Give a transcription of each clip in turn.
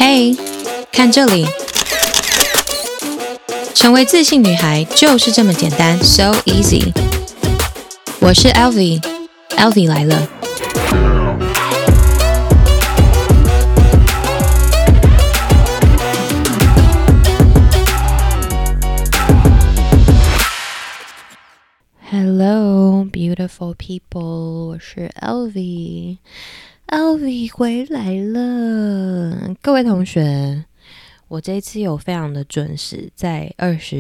嘿，看这里，成为自信女孩就是这么简单 ，so easy。我是 Elvie 来了。Hello, beautiful people， 我是 Elvie 回来了。各位同学，我这一次有非常的准时，在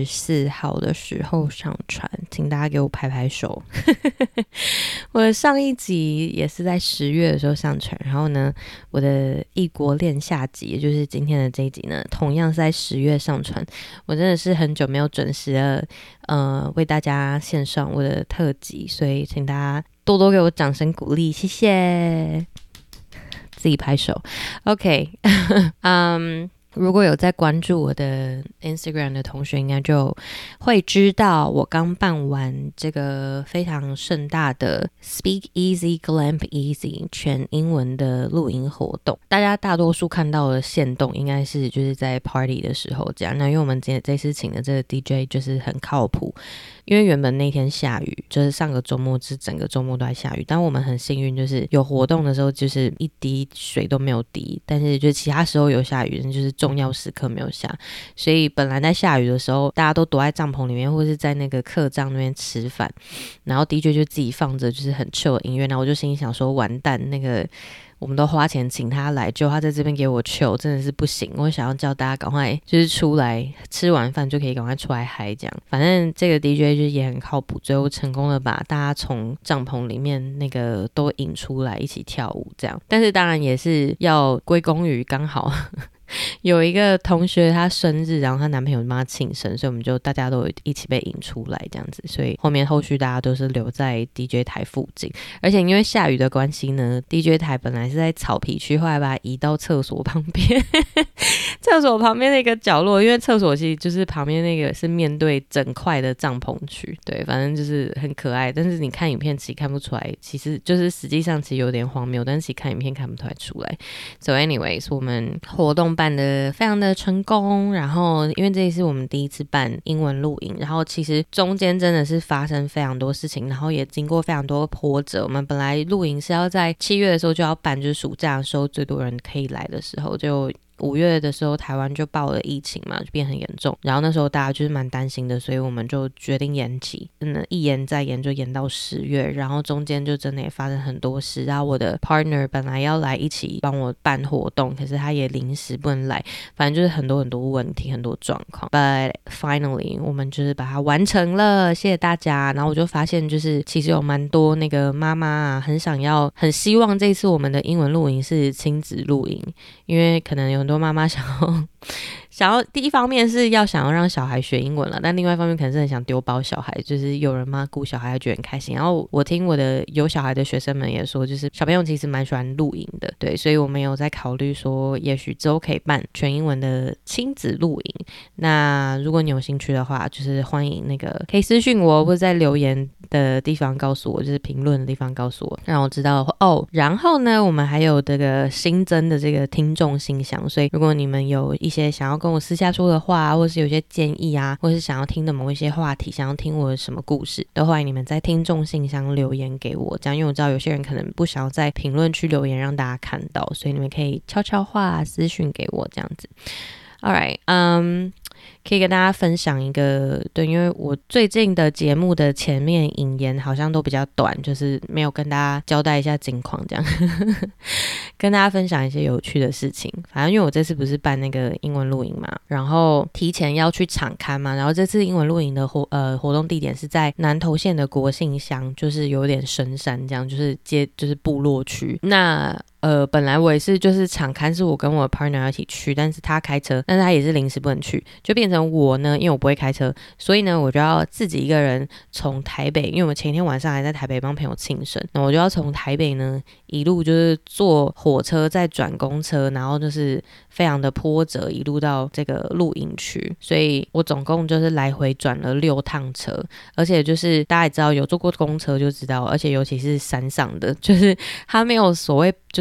24号的时候上传，请大家给我拍拍手。我的上一集也是在10月的时候上传，然后呢，我的异国恋下集，也就是今天的这一集呢，同样是在10月上传。我真的是很久没有准时的为大家献上我的特辑，所以请大家多多给我掌声鼓励，谢谢。自己拍手 OK 如果有在关注我的 Instagram 的同学应该就会知道我刚办完这个非常盛大的 Speak Easy Glamp Easy 全英文的露营活动。大家大多数看到的限动应该是就是在 party 的时候这样，那因为我们这次请的这个 DJ 就是很靠谱，因为原本那天下雨，就是上个周末是整个周末都在下雨，但我们很幸运就是有活动的时候就是一滴水都没有滴，但是就其他时候有下雨，就是重要时刻没有下，所以本来在下雨的时候大家都躲在帐篷里面或是在那个客帐那边吃饭，然后 DJ 就自己放着就是很 chill 的音乐，然后我就心里想说完蛋，那个我们都花钱请他来，结果他在这边给我 chill， 真的是不行。我想要叫大家赶快就是出来吃完饭就可以赶快出来嗨这样。反正这个 DJ 就是也很靠谱，最后成功的把大家从帐篷里面那个都引出来一起跳舞这样。但是当然也是要归功于刚好有一个同学他生日，然后他男朋友帮他庆生，所以我们就大家都一起被引出来这样子，所以后续大家都是留在 DJ 台附近。而且因为下雨的关系呢， DJ 台本来是在草皮区，后来把它移到厕所旁边厕所旁边的一个角落，因为厕所其实就是旁边那个是面对整块的帐篷区，对，反正就是很可爱。但是你看影片其实看不出来，其实就是实际上其实有点荒谬，但是其实看影片看不太出来。 So anyways， 我们活动办的非常的成功，然后因为这也是我们第一次办英文露营，然后其实中间真的是发生非常多事情，然后也经过非常多波折。我们本来露营是要在7月的时候就要办，就是暑假的时候最多人可以来的时候，就5月的时候台湾就爆了疫情嘛，就变很严重，然后那时候大家就是蛮担心的，所以我们就决定延期，真的一延再延就延到10月，然后中间就真的也发生很多事，然后我的 partner 本来要来一起帮我办活动，可是他也临时不能来，反正就是很多问题，很多状况， but finally 我们就是把它完成了，谢谢大家。然后我就发现就是其实有蛮多那个妈妈啊很希望这次我们的英文露营是亲子露营，因为可能有很多妈妈想要第一方面是想要让小孩学英文了，但另外一方面可能是很想丢包小孩，就是有人嘛顾小孩觉得很开心。然后我听我的有小孩的学生们也说，就是小朋友其实蛮喜欢露营的，对，所以我们有在考虑说也许之后可以办全英文的亲子露营。那如果你有兴趣的话，就是欢迎那个可以私讯我，或者在留言的地方告诉我，就是评论的地方告诉我，让我知道哦。然后呢，我们还有这个新增的这个听众信箱，所以如果你们有一些想要跟我私下说的话，或是有些建议啊，或是想要听的某一些话题，想要听我的什么故事，都欢迎你们在听众信箱留言给我，这样因为我知道有些人可能不想要在评论区留言让大家看到，所以你们可以悄悄话私讯给我这样子。Alright， 可以跟大家分享一个，对，因为我最近的节目的前面引言好像都比较短，就是没有跟大家交代一下近况这样跟大家分享一些有趣的事情。反正因为我这次不是办那个英文露营嘛，然后提前要去场勘嘛，然后这次英文露营的活动地点是在南投县的国姓乡，就是有点深山这样，就是部落区。那本来我也是就是场勘是我跟我的 partner 一起去，但是他开车，但是他也是临时不能去，就变成我呢，因为我不会开车，所以呢我就要自己一个人从台北，因为我前一天晚上还在台北帮朋友庆生，那我就要从台北呢一路就是坐火车再转公车，然后就是非常的波折，一路到这个露营区，所以我总共就是来回转了6趟车，而且就是大家也知道有坐过公车就知道，而且尤其是山上的，就是它没有所谓就是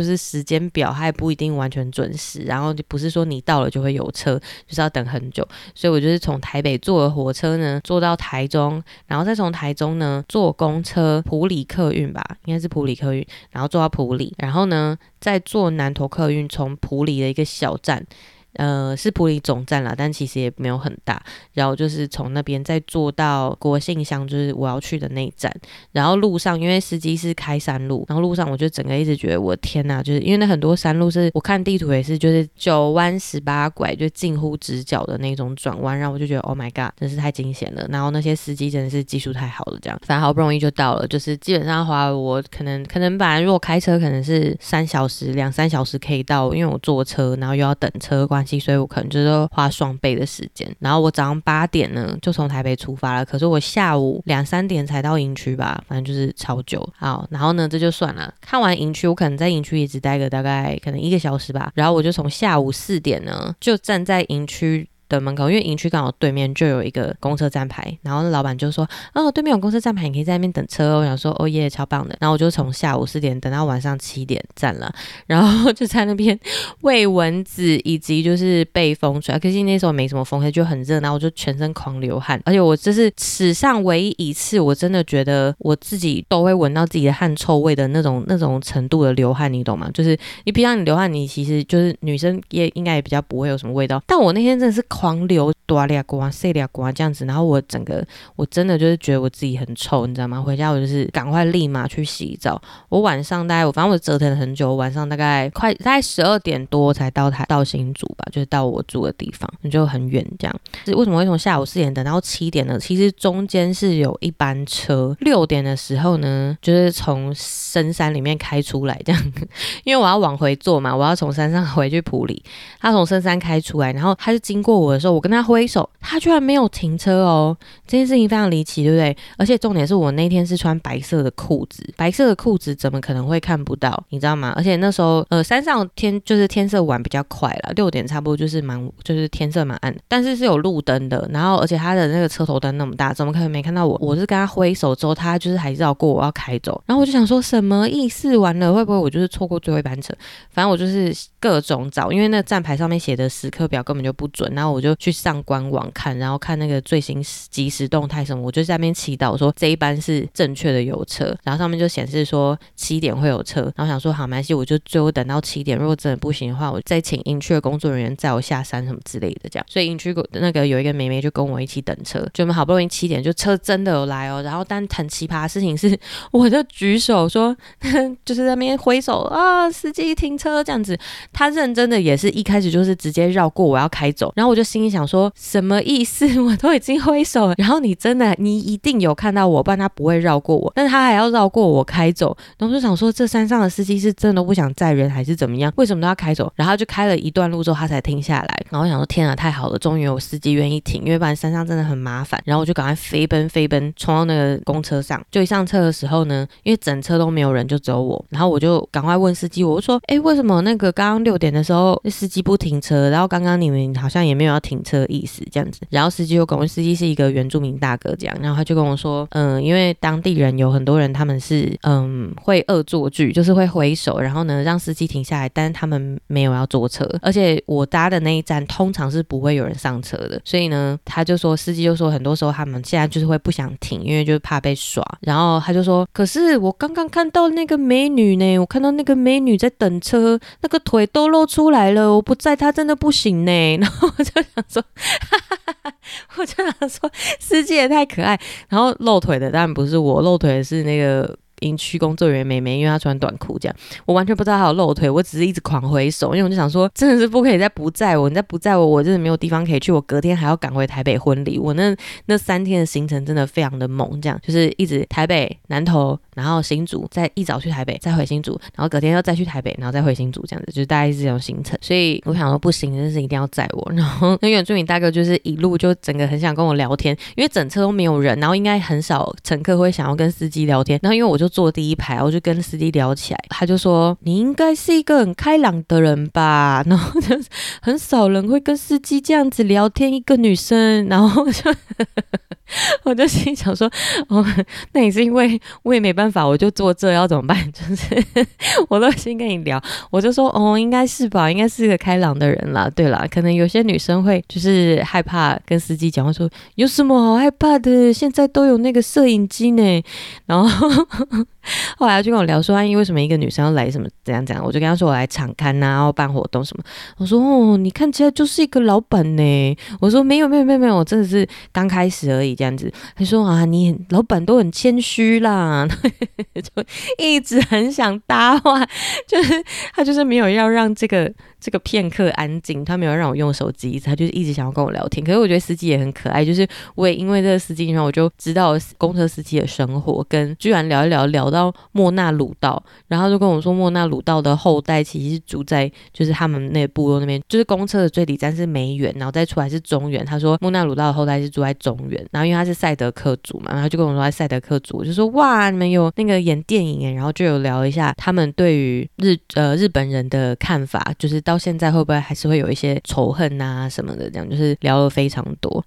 就是时间表还不一定完全准时，然后就不是说你到了就会有车，就是要等很久。所以我就是从台北坐了火车呢，坐到台中，然后再从台中呢坐公车普里客运吧，应该是普里客运，然后坐到普里，然后呢再坐南投客运从普里的一个小站，是普里总站啦，但其实也没有很大，然后就是从那边再坐到国姓乡，就是我要去的那一站。然后路上因为司机是开山路，然后路上我就整个一直觉得我天哪，就是因为那很多山路是我看地图也是就是9弯18拐，就近乎直角的那种转弯，然后我就觉得 Oh my god 真是太惊险了。然后那些司机真的是技术太好了，这样反正好不容易就到了，就是基本上花我可能本来如果开车可能是2-3小时可以到，因为我坐车然后又要等车关系，所以我可能就是花双倍的时间。然后我早上8点呢就从台北出发了，可是我下午2-3点才到营区吧，反正就是超久。好，然后呢这就算了，看完营区我可能在营区也只待个大概可能1个小时吧，然后我就从下午4点呢就站在营区的门口，因为营区刚好对面就有一个公车站牌，然后老板就说对面有公车站牌，你可以在那边等车哦。我想说耶超棒的，然后我就从下午4点等到晚上7点站了，然后就在那边喂蚊子以及就是被风吹，可是那时候没什么风，就很热，然后我就全身狂流汗，而且我这是史上唯一一次我真的觉得我自己都会闻到自己的汗臭味的那种程度的流汗，你懂吗？就是你平常你流汗你其实就是女生也应该也比较不会有什么味道，但我那天真的是狂流大粒瓜细粒瓜这样子，然后我真的就是觉得我自己很臭，你知道吗？回家我就是赶快立马去洗澡。我晚上大概反正我折腾了很久，晚上大概12点多才到新竹吧，就是到我住的地方，就很远这样。为什么会从下午4点等到7点呢？其实中间是有一班车6点的时候呢就是从深山里面开出来这样，因为我要往回坐嘛，我要从山上回去埔里，他从深山开出来，然后他就经过我的时候，我跟他挥手，他居然没有停车哦，这件事情非常离奇，对不对？而且重点是我那天是穿白色的裤子，白色的裤子怎么可能会看不到，你知道吗？而且那时候山上天色晚比较快啦，6点差不多就是天色蛮暗的，但是有路灯的，然后而且他的那个车头灯那么大，怎么可能没看到我？我是跟他挥手之后，他就是还绕过我要开走，然后我就想说什么意思？完了会不会我就是错过最后一班车？反正我就是各种找，因为那个站牌上面写的时刻表根本就不准，然后我就去上官网看，然后看那个最新即时动态什么，我就在那边祈祷说这一班是正确的有车，然后上面就显示说7点会有车，然后想说好没关系，我就最后等到7点，如果真的不行的话，我再请营区的工作人员载我下山什么之类的这样。所以营区那个有一个妹妹就跟我一起等车，就我们好不容易7点就车真的有来哦，然后但很奇葩的事情是，我就举手说就是在那边挥手司机停车这样子，他认真的也是一开始就是直接绕过我要开走，然后我就心里想说什么意思？我都已经挥手了，然后你一定有看到我，不然他不会绕过我，但是他还要绕过我开走，然后我就想说这山上的司机是真的都不想载人还是怎么样，为什么都要开走？然后他就开了一段路之后他才停下来，然后我想说天啊太好了，终于有司机愿意停，因为不然山上真的很麻烦。然后我就赶快飞奔冲到那个公车上，就一上车的时候呢，因为整车都没有人就只有我，然后我就赶快问司机，我就说为什么那个刚刚6点的时候司机不停车，然后刚刚你们好像也没有要停车的意思这样子。然后司机就跟我，司机是一个原住民大哥这样，然后他就跟我说因为当地人有很多人他们是会恶作剧，就是会挥手然后呢让司机停下来，但是他们没有要坐车，而且我搭的那一站通常是不会有人上车的，所以呢他就说司机就说很多时候他们现在就是会不想停，因为就是怕被耍。然后他就说可是我刚刚看到那个美女呢，我看到那个美女在等车，那个腿都露出来了，我不载她真的不行呢。然后我就想说我就想说司机也太可爱，然后露腿的当然不是我，露腿的是那个营区工作人员妹妹，因为她穿短裤这样，我完全不知道她有露腿，我只是一直狂挥手，因为我就想说真的是不可以再不载我，你再不载我，我真的没有地方可以去，我隔天还要赶回台北婚礼，我那3天的行程真的非常的猛，这样就是一直台北南投，然后新竹，再一早去台北再回新竹，然后隔天又再去台北，然后再回新竹，这样子就是大概是这种行程。所以我想说不行，真是一定要载我。然后那原住民大哥就是一路就整个很想跟我聊天，因为整车都没有人，然后应该很少乘客会想要跟司机聊天，然后因为我就就坐第一排，我就跟司机聊起来，他就说你应该是一个很开朗的人吧，然后就很少人会跟司机这样子聊天，一个女生，然后我就心想说，哦，那也是因为我也没办法，我就坐这要怎么办？就是我都先跟你聊，我就说，哦，应该是吧，应该是个开朗的人啦。对啦，可能有些女生会就是害怕跟司机讲话，说有什么好害怕的？现在都有那个摄影机呢。然后后来他就跟我聊说，因为什么一个女生要来什么怎样怎样，我就跟他说我来场刊啊，然后办活动什么。我说哦，你看起来就是一个老板呢。我说没有，我真的是刚开始而已。这样子，他说啊，你老板都很谦虚啦，就一直很想搭话，就是他就是没有要让这个片刻安静，他没有让我用手机，他就是一直想要跟我聊天。可是我觉得司机也很可爱，就是我也因为这个司机，然后我就知道公车司机的生活，跟居然聊一聊聊到莫纳鲁道，然后他就跟我说莫纳鲁道的后代其实是住在就是他们那个部落那边，就是公车的最底站是梅园，然后再出来是中原。他说莫纳鲁道的后代是住在中原，然后因为他是赛德克族嘛，然后他就跟我说他赛德克族，我就说哇，你们有那个演电影耶，然后就有聊一下他们对于日本人的看法，就是到现在会不会还是会有一些仇恨啊什么的，这样就是聊了非常多。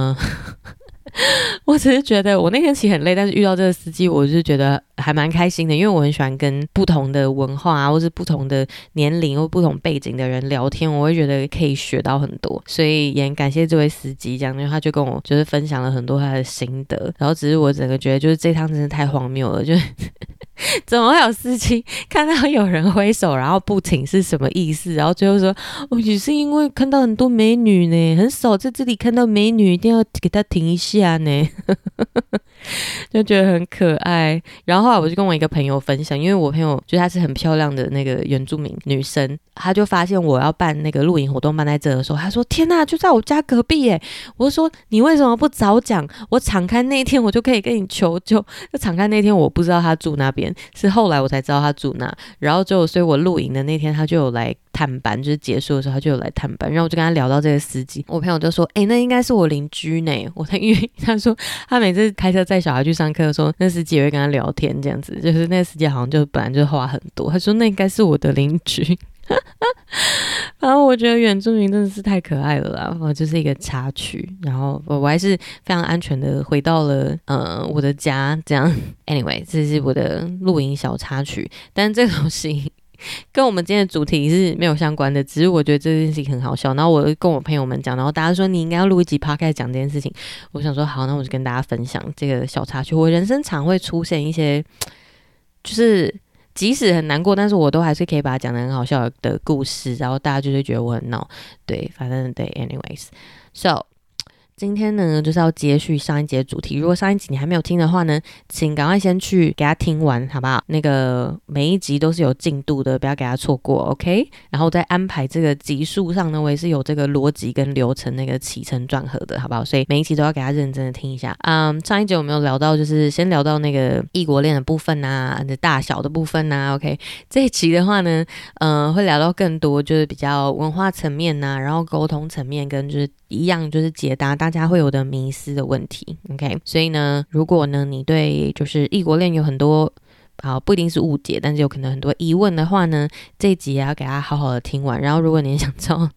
我只是觉得我那天骑很累，但是遇到这个司机，我就觉得还蛮开心的，因为我很喜欢跟不同的文化啊，或是不同的年龄或不同背景的人聊天，我会觉得可以学到很多，所以也很感谢这位司机，这样，因为他就跟我就是分享了很多他的心得，然后只是我整个觉得就是这趟真的太荒谬了，就是怎么会有司机看到有人挥手然后不停是什么意思，然后最后说哦，也是因为看到很多美女呢，很少在这里看到美女，一定要给她停一下呢就觉得很可爱。然后后来我就跟我一个朋友分享，因为我朋友就她是很漂亮的那个原住民女生，她就发现我要办那个露营活动办在这的时候，她说天哪，就在我家隔壁耶。我就说你为什么不早讲，我敞开那一天我就可以跟你求救。就敞开那天我不知道她住那边，是后来我才知道她住那，然后所以我露营的那天她就有来探班，就是结束的时候她就有来探班，然后我就跟她聊到这个司机，我朋友就说那应该是我邻居呢。因为他说他每次开车载小孩去上课的时候，那司机也会跟他聊天，这样子，就是那个司机好像就本来就话很多，他说那应该是我的邻居反正我觉得原住民真的是太可爱了啦，我就是一个插曲，然后我还是非常安全的回到了我的家，这样。Anyway， 这是我的露营小插曲，但这个东西跟我们今天的主题是没有相关的，只是我觉得这件事情很好笑，然后我跟我朋友们讲，然后大家说你应该要录一集 podcast 讲这件事情，我想说好，那我就跟大家分享这个小插曲。我人生常会出现一些就是即使很难过，但是我都还是可以把它讲得很好笑的故事，然后大家就会觉得我很闹，对，反正对 anyways so今天呢就是要接续上一节主题，如果上一集你还没有听的话呢，请赶快先去给它听完好不好，那个每一集都是有进度的，不要给它错过 OK。 然后在安排这个集数上呢，我也是有这个逻辑跟流程那个起承转合的好不好，所以每一集都要给它认真的听一下。上一集有没有聊到就是先聊到那个异国恋的部分啊，大小的部分啊 OK。 这一集的话呢会聊到更多就是比较文化层面啊，然后沟通层面跟就是一样就是解答大家会有的迷思的问题 OK。 所以呢如果呢你对就是异国恋有很多不一定是误解，但是有可能很多疑问的话呢，这一集也要给他好好的听完。然后如果你想知道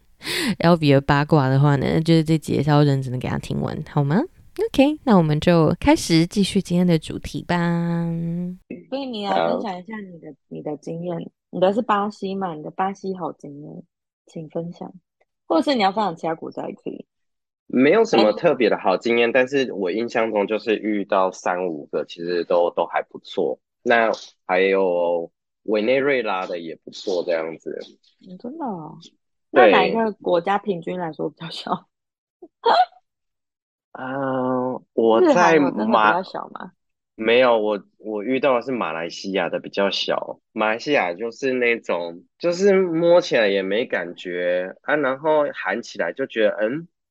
LV 的八卦的话呢，就是这集也是要认真的给他听完好吗？ OK， 那我们就开始继续今天的主题吧。 所以你来分享一下你的经验，你的是巴西嘛？你的巴西好经验，请分享，或者是你要分享其他国家也可以。 没有什么特别的好经验，但是我印象中就是遇到3、5个，其实都还不错。那还有委内瑞拉的也不错，这样子。 真的哦？那哪一对， 个国家平均来说比较小？ 我日韩在有真的比较小吗？ 没有，我遇到的是马来西亚的比较小，马来西亚就是那种就是摸起来也没感觉啊，然后喊起来就觉得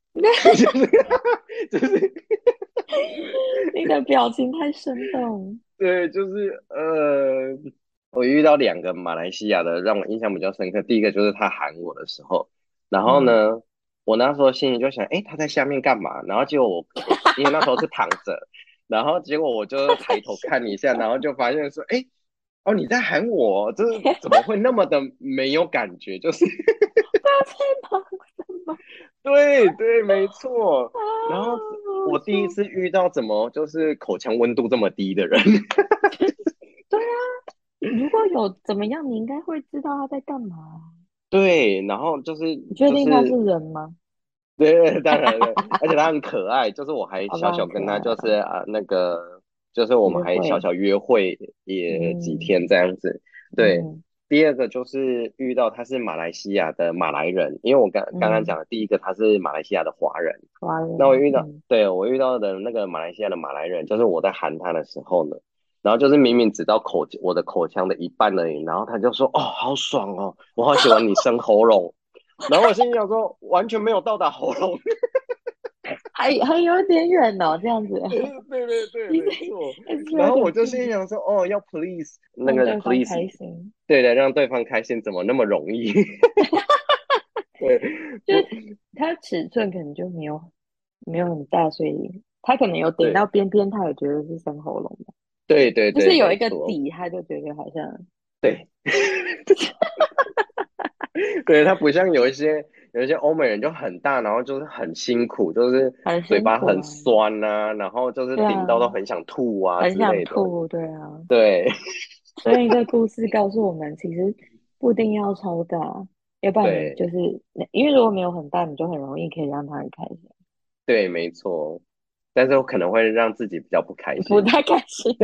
就是你的表情太生动。 对，就是我遇到2个马来西亚的，让我印象比较深刻。第一个就是他喊我的时候，然后嗯， 呢，我那时候心里就想，他在下面干嘛？然后结果因为那时候是躺着， 然后结果我就抬头看一下，然后就发现说，哎，哦，你在喊我，这怎么会那么的没有感觉？就是他在忙什么对对，没错。 啊？ 然后好我第一笑。 次遇到怎么就是口腔温度这么低的人。 对啊，如果有怎么样，你应该会知道他在干嘛。 对，然后就是你确定他是人吗？ 对，当然了，而且他很可爱，就是我还好吧， 小小很可跟他就是爱哦。 那个，就是我们还小约会。 小约会也几嗯天这样子。对， 嗯第二个就是遇到他是马来西亚的马来人，因为我刚刚讲嗯， 的第一个他是马来西亚的华人， 华人。 那我遇到， 嗯， 对，我遇到的那个马来西亚的马来人，就是我在喊他的时候呢，然后就是明明只到我的口腔的一半而已，然后他就说，哦，好爽哦，我好喜欢你生喉咙。然后我心里想说，完全没有到达喉咙。 还有点远哦，这样子。 对对对对， 其实没错。 还是有然后我就点距离， 心里想说，哦，要 please 那个让对方 please， 开心。 对的，让对方开心，怎么那么容易？对，不， 就是它尺寸可能就没有很大，所以他可能有顶到对边边，他也觉得是生喉咙的， 对对对， 就是有一个没错， 底，他就觉得好像对。对，它不像有一些欧美人就很大，然后就是很辛苦，就是很嘴巴很辛苦啊。 酸呐、然后就是对啊， 顶到都很想吐啊很之类的。 想吐。对啊， 对所以这故事告诉我们，其实不一定要超大，要不然你就对是因为如果没有很大，你就很容易可以让他很开心。 对，没错。但是我可能会让自己比较不开心。 不太开心。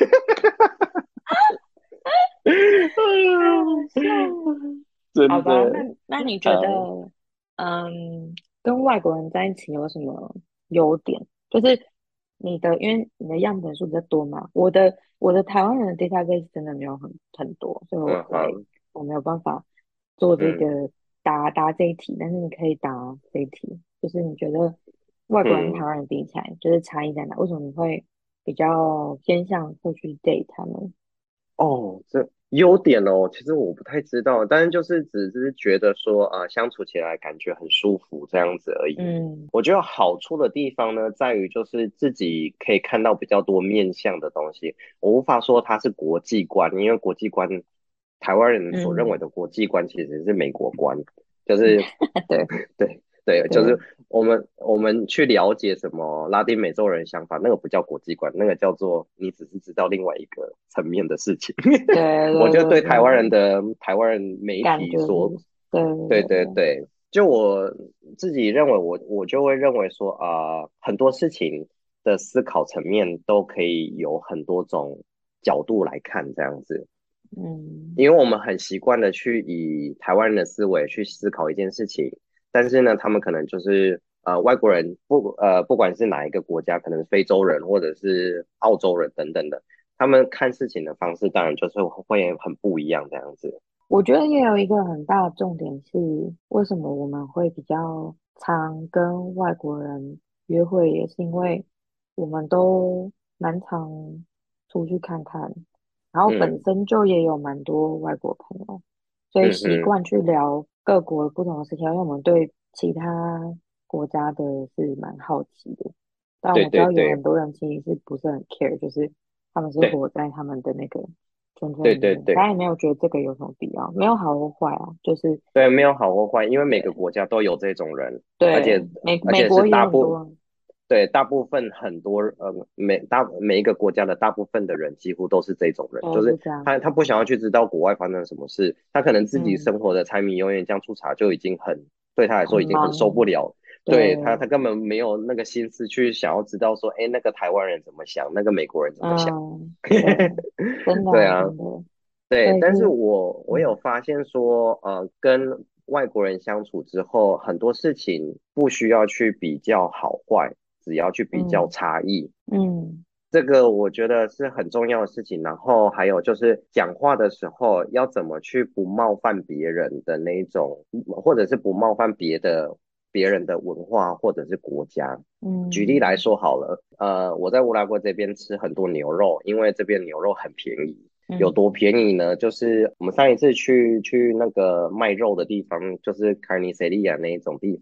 太好笑了。好吧，那真的。 那你觉得， 好， 跟外国人在一起有什么优点？就是因为你的样本数比较多嘛，我的台湾人的 database 真的没有很多，所以好， 我没有办法做这嗯个答这一题，但是你可以答这一题，就是你觉得外国人跟台嗯。 湾人比起来，就是差异在哪？为什么你会比较偏向会去 date 他们？ 哦，这优点哦，其实我不太知道，但是就是只是觉得说，相处起来感觉很舒服这样子而已。 嗯我觉得好处的地方呢，在于就是自己可以看到比较多面向的东西。我无法说它是国际观，因为国际观，台湾人所认为嗯， 的国际观其实是美国观，就是对对对，就是对我们去了解什么拉丁美洲人想法，那个不叫国际观，那个叫做你只是知道另外一个层面的事情。 对我对对觉得对台湾人对， 的台湾人媒感觉体所， 是，对对对对对。 对对，就我自己认为我就会认为说很多事情的思考层面都可以有很多种角度来看这样子。 嗯因为我们很习惯的去以台湾人的思维去思考一件事情，但是呢，他们可能就是外国人不管是哪一个国家，可能是非洲人或者是澳洲人等等的，他们看事情的方式当然就是会很不一样这样子。 我觉得也有一个很大的重点是，为什么我们会比较常跟外国人约会，也是因为我们都蛮常出去看看，然后本嗯身就也有蛮多外国朋友，所以嗯嗯， 习惯去聊各国不同的事情，因为我们对其他国家的是蛮好奇的。但对我知道有对对很多人其实是不是很 care，就是他们是对活在他们的那个圈圈对里面，他对对也没有觉得这个有什么必要，没有好或坏啊，就是对，没有好或坏，因为每个对国家都有这种人，而对， 且是美国也很多。 对，大部分很多每一个国家的大部分的人几乎都是这种人，就是都是这样。 他不想要去知道国外发生了什么事，他可能自己嗯， 生活的柴米油盐酱醋茶就已经对他来很说已经很受不忙。 了。 对对他根本没有那个心思去想要知道说，哎，那个台湾人怎么想，那个美国人怎么想。 嗯，对，真的对啊， 啊真的。 对， 所以是但是我有嗯发现说，跟外国人相处之后，很多事情不需要去比较好坏，只要去比较嗯差异， 嗯这个我觉得是很重要的事情。然后还有就是讲话的时候要怎么去不冒犯别人的那一种，或者是不冒犯别人的文化或者是国家。举例来嗯说好了，我在乌拉圭这边吃很多牛肉，因为这边牛肉很便宜。有嗯多便宜呢？就是我们上一次去那个卖肉的地方，就是 carniceria 那一种地方。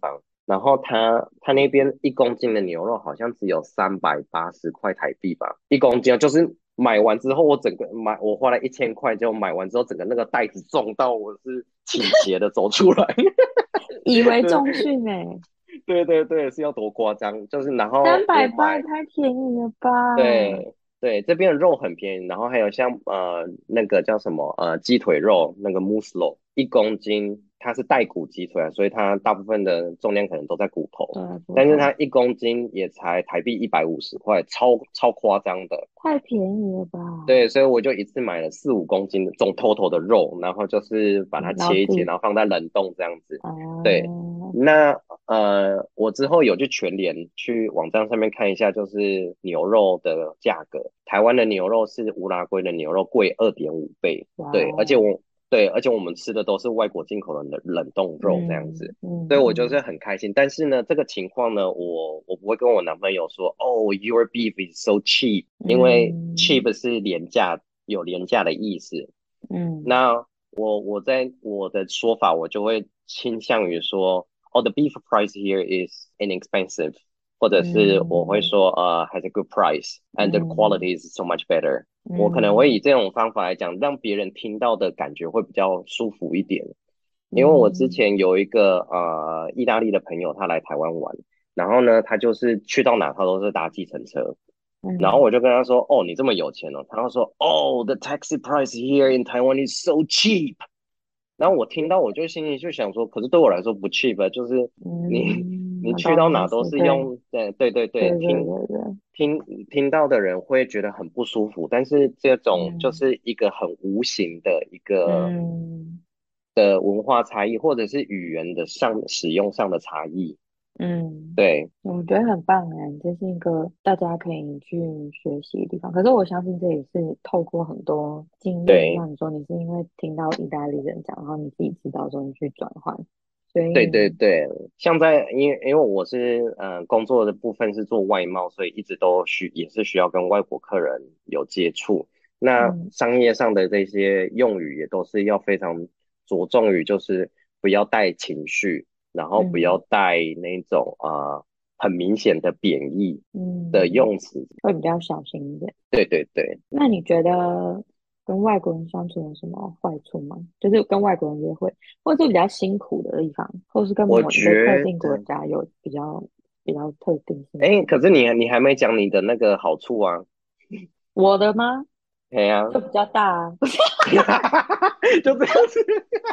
然后他那边1公斤的牛肉好像只有380块台币吧，1公斤就是买完之后我花了1000块，就买完之后整个那个袋子重到我是倾斜的走出来。 以为对重训欸， 对对对，是要多夸张？就是然后 380太便宜了吧？ 对对，这边的肉很便宜，然后还有像那个叫什么鸡腿肉，那个 muslo 1公斤，它是带骨鸡腿啊，所以它大部分的重量可能都在骨头， 对，骨头但是它1公斤也才台币150块，超夸张的。 太便宜了吧？ 对，所以我就一次买了4、5公斤的总 total 的肉，然后就是把它切一切， 然后自己然后放在冷冻这样子。对， 啊， 那我之后有去全联去网站上面看一下，就是牛肉的价格。台湾的牛肉是乌拉圭的牛肉贵2.5倍。 哇对， 哦， 而且我们吃的都是外国进口的冷冻肉这样子。所以我就是嗯嗯很开心。但是呢，这个情况呢，我不会跟我男朋友说，哦，your beef is so cheap，因为嗯 cheap 是廉价，有廉价的意思。 嗯那我在我的说法，我就会倾向于说，哦，the beef price here is inexpensive，或者是我会嗯说has a good price and the 嗯 quality is so much better。我可能会嗯以这种方法来讲，让别人听到的感觉会比较舒服一点。因为我之嗯前有一个意大利的朋友，他来台湾玩，然后呢，他就是去到哪他都是搭计程车，然后嗯我就跟他说，哦，你这么有钱哦，他就说，哦，the taxi price here in Taiwan is so cheap。然后我听到我就心里就想说，可是对我来说不 cheap，就是你嗯， 你我去到哪都懂你意思，对是用，对， 对对对对， 听到的人会觉得很不舒服，但是这种就嗯是一个很无形的一个嗯的文化差异，或者是语言的使用上的差异。 嗯。 对我觉得很棒哎，这是一个大家可以去学习的地方。可是我相信这也是透过很多经验， 对像你说你是因为听到意大利人讲，然后你自己知道之后你去转换，所对对以对，像因为我是工作的部分是做外贸，所以一直都也是需要跟外国客人有接触。那嗯商业上的这些用语也都是要非常着重于，就是不要带情绪，然后不要嗯带那种很明显的贬义的嗯， 用词。 会比较小心一点。 对对对， 那你觉得跟外国人相处有什么坏处吗？就是跟外国人约会，或者是比较辛苦的地方，或是跟我某一个特觉定国得， 家有比较特定辛哎， 苦的？ 可是你还没讲你的那个好处啊？ 我的吗？ 对呀、 就比较大啊。 就这样子，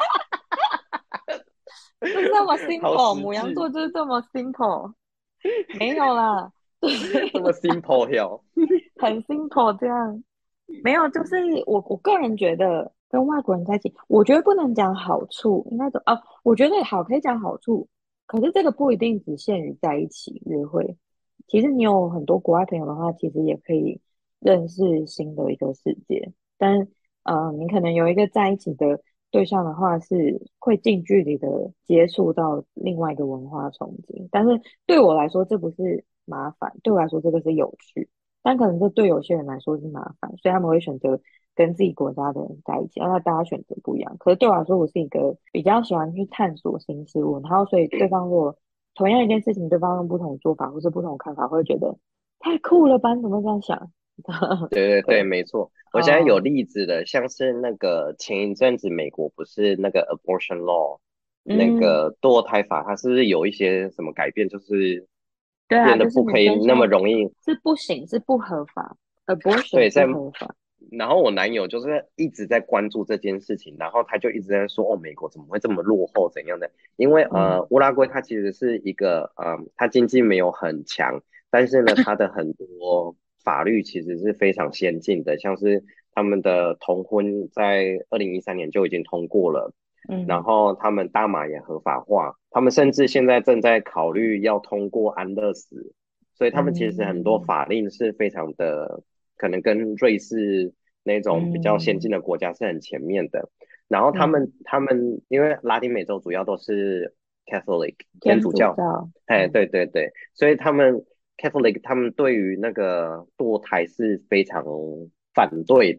就是这么好 simple， 实母羊座际。 就是这么 simple，没有啦，就是这么 simple 哟。 很 simple 这样，没有，就是我个人觉得跟外国人在一起，我觉得不能讲好处，应该说哦，我觉得好可以讲好处，可是这个不一定只限于在一起约会，其实你有很多国外朋友的话，其实也可以认识新的一个世界，但你可能有一个在一起的对象的话，是会近距离的接触到另外一个文化冲击。但是对我来说，这不是麻烦，对我来说这个是有趣。但可能这对有些人来说是麻烦，所以他们会选择跟自己国家的人在一起。那大家选择不一样。可是对我来说，我是一个比较喜欢去探索新事物，然后所以对方如果同样一件事情，对方用不同的做法或是不同的看法，会觉得太酷了吧？你怎么会这样想？ 对对对， 对， 没错。我现在有嗯例子的，像是那个前一阵子美国不是那个 abortion law 那嗯。 个堕胎法，它是不是有一些什么改变，就是对啊， 变得就是女不可以那么生现在容易。 是不行，是不合法，abortion 对， 不合法。 然后我男友就是一直在关注这件事情，然后他就一直在说，哦，美国怎么会这么落后，怎样的？因为嗯乌拉圭它其实是一个它经济没有很强，但是呢，它的很多法律其实是非常先进的，像是他们的同婚在2013年就已经通过了，然嗯后他们大麻也合法化，他们甚至现在正在考虑要通过安乐死，所以他们其实很多嗯法令是非常的，可能跟瑞士那种比较先进嗯的国家是很前面的。然后他嗯， 们他们因为拉丁美洲主要都是 Catholic 天天主教， 主教， 哎， 嗯对对对，所以他们 Catholic 他们对于那个堕胎是非常反对的。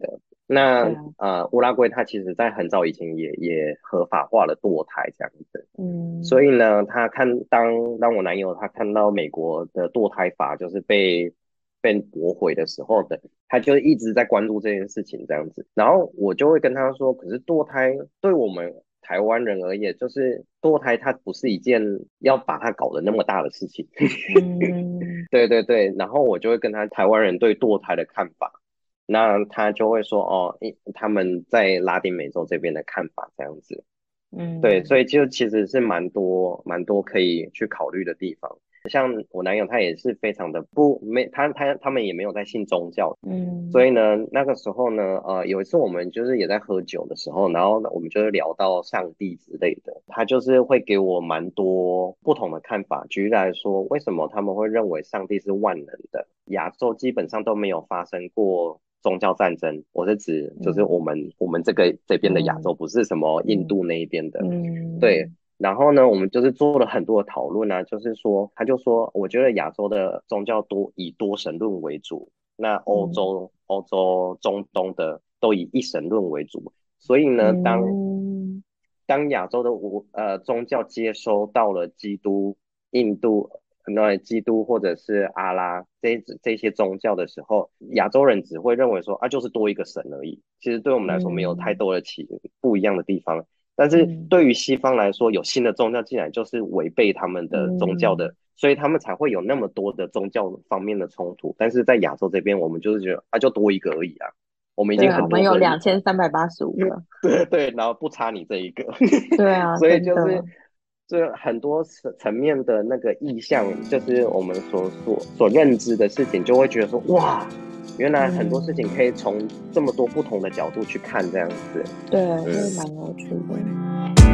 那对啊， 乌拉圭它其实在很早以前也合法化了堕胎这样子。所嗯以呢，当我男友他看到美国的堕胎法就是被驳回的时候的，他就一直在关注这件事情这样子。然后我就会跟他说，可是堕胎对我们台湾人而言，就是堕胎它不是一件要把它搞得那么大的事情。 嗯对对对，然后我就会跟他台湾人对堕胎的看法，那他就会说哦，他们在拉丁美洲这边的看法这样子。对，所嗯以就其实是蛮多可以去考虑的地方。像我男友他也是非常的不没他们也没有在信宗教，所嗯以呢那个时候呢有一次我们就是也在喝酒的时候，然后我们就是聊到上帝之类的，他就是会给我蛮多不同的看法。举例来说，为什么他们会认为上帝是万能的？亚洲基本上都没有发生过宗教战争，我是指就是嗯我们这边的亚洲， 嗯不是什么印嗯度那一边的。对， 嗯然后呢，我们就是做了很多的讨论啊，就是说，他就说，我觉得亚洲的宗教以多神论为主，那嗯欧洲、中东的都以一神论为主，所以呢， 嗯当亚洲的宗教接收到了基督、印度、基督或者是阿拉这些宗教的时候，亚洲人只会认为说啊，就是多一个神而已。其实对我们来说没有太嗯多的不一样的地方。但是嗯对于西方来说，有新的宗教进来就是违背他们的宗教嗯， 的，所以他们才会有那么多的宗教方面的冲突。但是在亚洲这边，我们就是觉得啊，就多一个而已啊，我们已经对啊，我们有很多个， 2385个， 对对，然后不差你这一个， 对啊， 所以真的， 就是这很多层面的那个意向，就是我们所认知的事情，就会觉得说哇，原来很多事情可嗯， 以从这么多不同的角度去看，这样子。 对，会嗯。 蛮有趣的。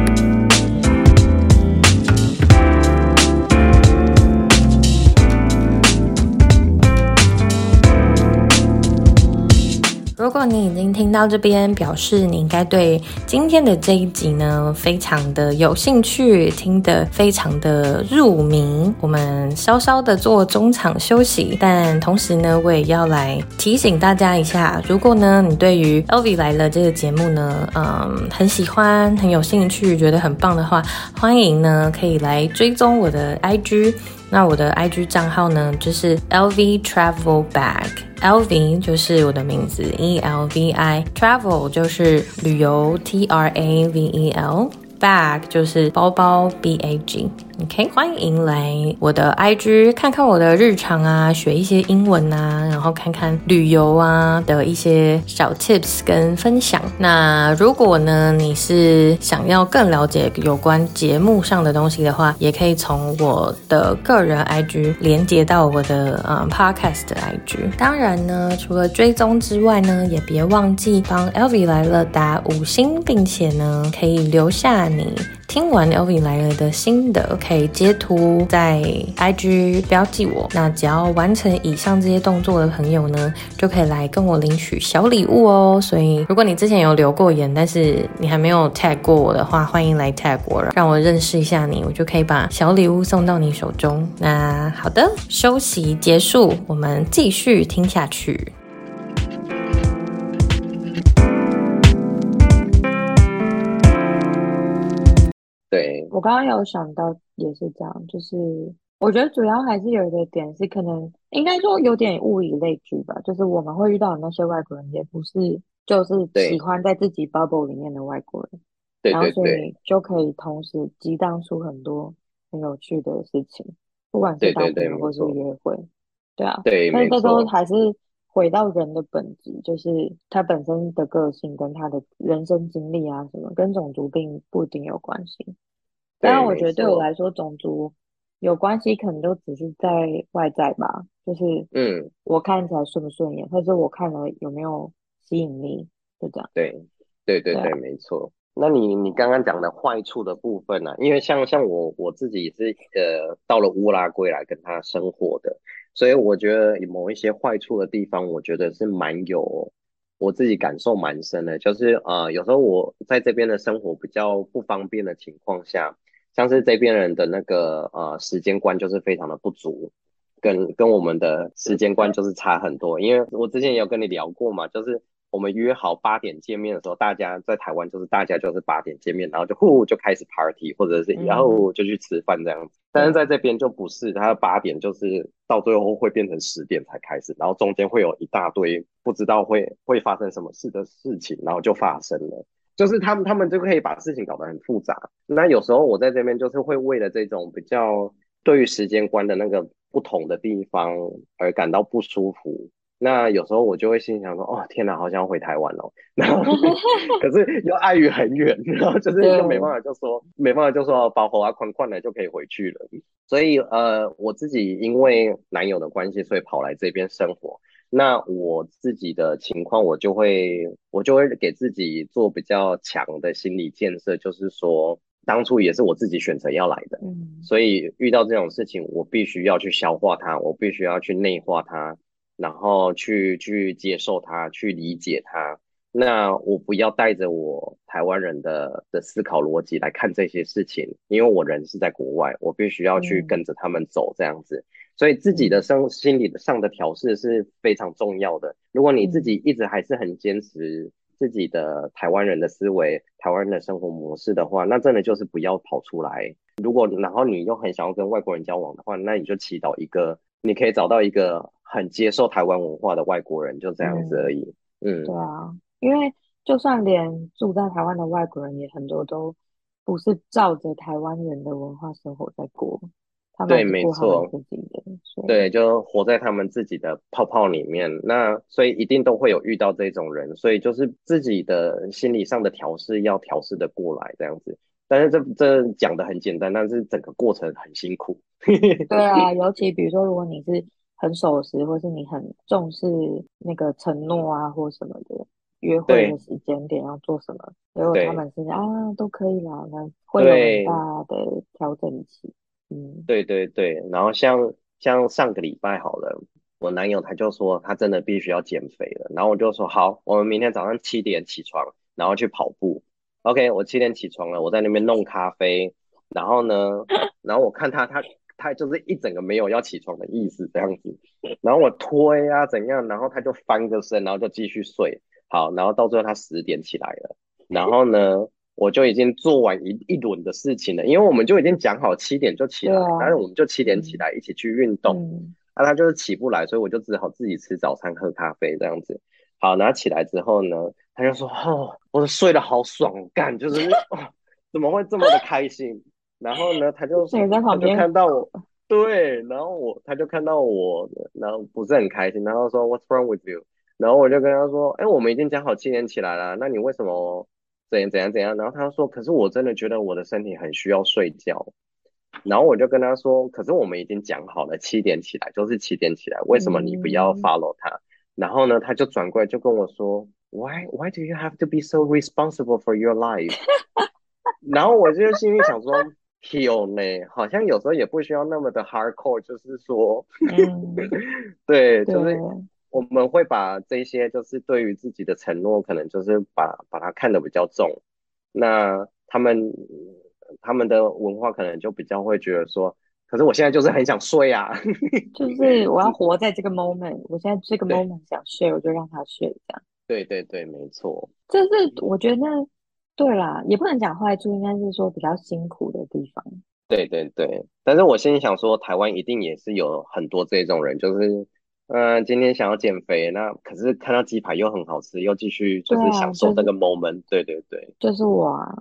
如果你已经听到这边，表示你应该对今天的这一集呢非常的有兴趣，听得非常的入迷。我们稍稍的做中场休息，但同时呢，我也要来提醒大家一下，如果呢你对于 LV 来了这个节目呢，很喜欢，很有兴趣，觉得很棒的话，欢迎呢可以来追踪我的 IG。那我的 IG 账号呢，就是 LV Travel Bag。LV 就是我的名字 ELVI，Travel 就是旅游 TRAVEL，Bag 就是包包 BAG。OK， 欢迎来我的 IG 看看我的日常啊，学一些英文啊，然后看看旅游啊的一些小 tips 跟分享。那如果呢你是想要更了解有关节目上的东西的话，也可以从我的个人 IG 连接到我的Podcast 的 IG。当然呢，除了追踪之外呢，也别忘记帮 LV 来了打5星，并且呢可以留下你听完 LV 来了的心得，可以截图在 IG 标记我。那只要完成以上这些动作的朋友呢，就可以来跟我领取小礼物哦。所以如果你之前有留过言，但是你还没有 tag 过我的话，欢迎来 tag 我，让我认识一下你，我就可以把小礼物送到你手中。那好的，休息结束，我们继续听下去。 对我刚刚有想到也是这样，就是我觉得主要还是有一个点是，可能应该说有点物以类聚吧，就是我们会遇到的那些外国人，也不是就是喜对欢在自己 bubble 里面的外国人， 对然后所对对以就可以同时激荡出很多很有趣的事情，不管是对对对， 当朋友或是没错， 约会，对啊， 对， 但是这都没错， 还是回到人的本质，就是他本身的个性跟他的人生经历啊什么，跟种族并不一定有关系。当然， 对， 我觉得对我没错， 来说，种族有关系，可能就只是在外在吧，就是嗯， 我看起来顺不顺眼，或者我看了有没有吸引力，就这样。 对对对对， 对啊， 没错。那你刚刚讲的坏处的部分呢、因为像我自己也是到了乌拉圭来跟他生活的，所以我觉得有某一些坏处的地方，我觉得是我自己感受蛮深的，就是有时候我在这边的生活比较不方便的情况下，像是这边人的那个时间观就是非常的不足，跟我们的时间观就是差很多。因为我之前也有跟你聊过嘛，就是我们约好8点见面的时候，大家在台湾就是大家就是8点见面，然后就开始 party，或者是然后就去吃饭这样子。但是在这边就不是，他8点就是到最后会变成10点才开始，然后中间会有一大堆不知道会发生什么事的事情，然后就发生了。就是他们就可以把事情搞得很复杂。那有时候我在这边就是会为了这种比较对于时间观的那个不同的地方而感到不舒服。那有时候我就会心想说，哦天哪，好想回台湾哦。然后可是又碍于很远，然后就是又没办对， 法，就说把火啊宽宽的就可以回去了。所以我自己因为男友的关系，所以跑来这边生活。那我自己的情况，我就会给自己做比较强的心理建设，就是说，当初也是我自己选择要来的， 嗯所以遇到这种事情，我必须要去消化它，我必须要去内化它，然后去接受它，去理解它。那我不要带着我台湾人的思考逻辑来看这些事情，因为我人是在国外，我必须要去嗯跟着他们走这样子。所以自己的嗯心理上的调试是非常重要的。如果你自己嗯一直还是很坚持自己的台湾人的思维、台湾人的生活模式的话，那真的就是不要跑出来。如果然后你又很想要跟外国人交往的话，那你就祈祷你可以找到一个很接受台湾文化的外国人，就这样子而嗯， 已。嗯， 对啊，因为就算连住在台湾的外国人，也很多都不是照着台湾人的文化生活在过，他们还对， 是过他们没错。 自己的，所以对，就活在他们自己的泡泡里面，那所以一定都会有遇到这种人，所以就是自己的心理上的调试要调试的过来这样子。但是这讲的很简单，但是整个过程很辛苦。 对啊，尤其比如说，如果你是很守时，或是你很重视那个承诺啊，或什么的，约会的对时间点要做什么，如果他对们是都可以啦，那会有很大对的调整期。嗯对对对，然后像上个礼拜好了，我男友他就说他真的必须要减肥了，然后我就说好，我们明天早上7点起床，然后去跑步。OK，我7点起床了，我在那边弄咖啡，然后呢，然后我看他就是一整个没有要起床的意思这样子，然后我推啊怎样，然后他就翻个身，然后就继续睡。好，然后到最后他10点起来了。然后呢，我就已经做完一轮的事情了，因为我们就已经讲好7点就起来，但对啊， 是我们就7点起嗯来一起去运动， 嗯， 那他就是起不来，所以我就只好自己吃早餐喝咖啡这样子。好，然后起来之后呢，他就说：“哦，我睡得好爽，干就是哦，怎么会这么的开心？”然后呢， 那个在他就旁边， 看到我，对，然后他就看到我，然后不是很开心，然后说 "What's wrong with you?" 然后我就跟他说：“哎，我们已经讲好7点起来了，那你为什么怎样怎样怎样？”然后他说：“可是我真的觉得我的身体很需要睡觉。”然后我就跟他说：“可是我们已经讲好了七点起来，就是七点起来，为什么你不要嗯， follow 他？”然后呢，他就转过来就跟我说：“Why do you have to be so responsible for your life？” 然后我就心里想说，Heal 呢，好像有时候也不需要那么的 hardcore，就是说， 嗯， 对， 对， 就是我们会把这些就是对于自己的承诺，可能就是把它看得比较重。那他们的文化可能就比较会觉得说，可是我现在就是很想睡啊。 就是我要活在这个 moment，我现在这个对 moment 想睡，我就让他睡，这样。 对对对，没错。 这是我觉得，对啦，也不能讲坏处，应该是说比较辛苦的地方。 对对对，但是我心里想说，台湾一定也是有很多这种人，就是，今天想要减肥，那可是看到鸡排又很好吃，又继续就是对啊， 享受这个 moment。对对对， 就是我啊。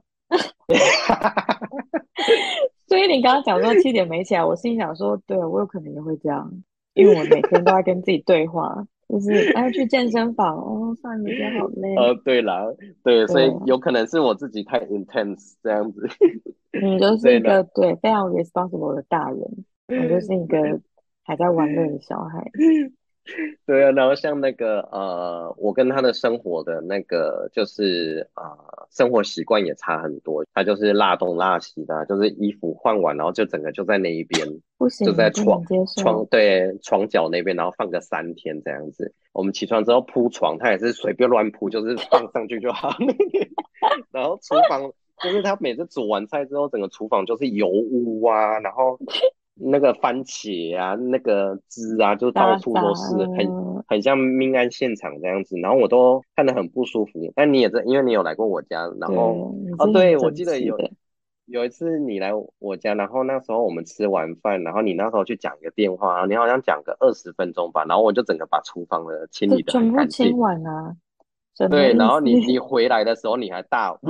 所以你刚刚讲说7点没起来，我心里想说，对我有可能也会这样，因为我每天都在跟自己对话，就是去健身房哦，上瑜伽好累。 对啦，对，所以对， 有可能是我自己太 intense 这样子。 你就是对呢， 一个非常 responsible 的大人，我就是一个还在玩乐的小孩。 对啊，然后像那个我跟他的生活的那个就是生活习惯也差很多。他就是拉东拉西的啊，就是衣服换完，然后就整个就在那一边， 不行， 就在不能接受。 对床角那边，然后放个3天这样子。我们起床之后铺床，他也是随便乱铺，就是放上去就好。然后厨房就是他每次煮完菜之后，整个厨房就是油污啊，然后那个番茄啊，那个汁啊，就到渣渣， 处都是，很像命案现场这样子，然后我都看得很不舒服。但你也在，因为你有来过我家，然对， 后你哦，对，我是很整记得有齐的， 有一次你来我家，然后那时候我们吃完饭，然后你那时候去讲一个电话，然后你好像讲个20分钟吧，然后我就整个把厨房的清就理的很全部清干净。 完啊，什么对，然意思？ 后你回来的时候你还大哇，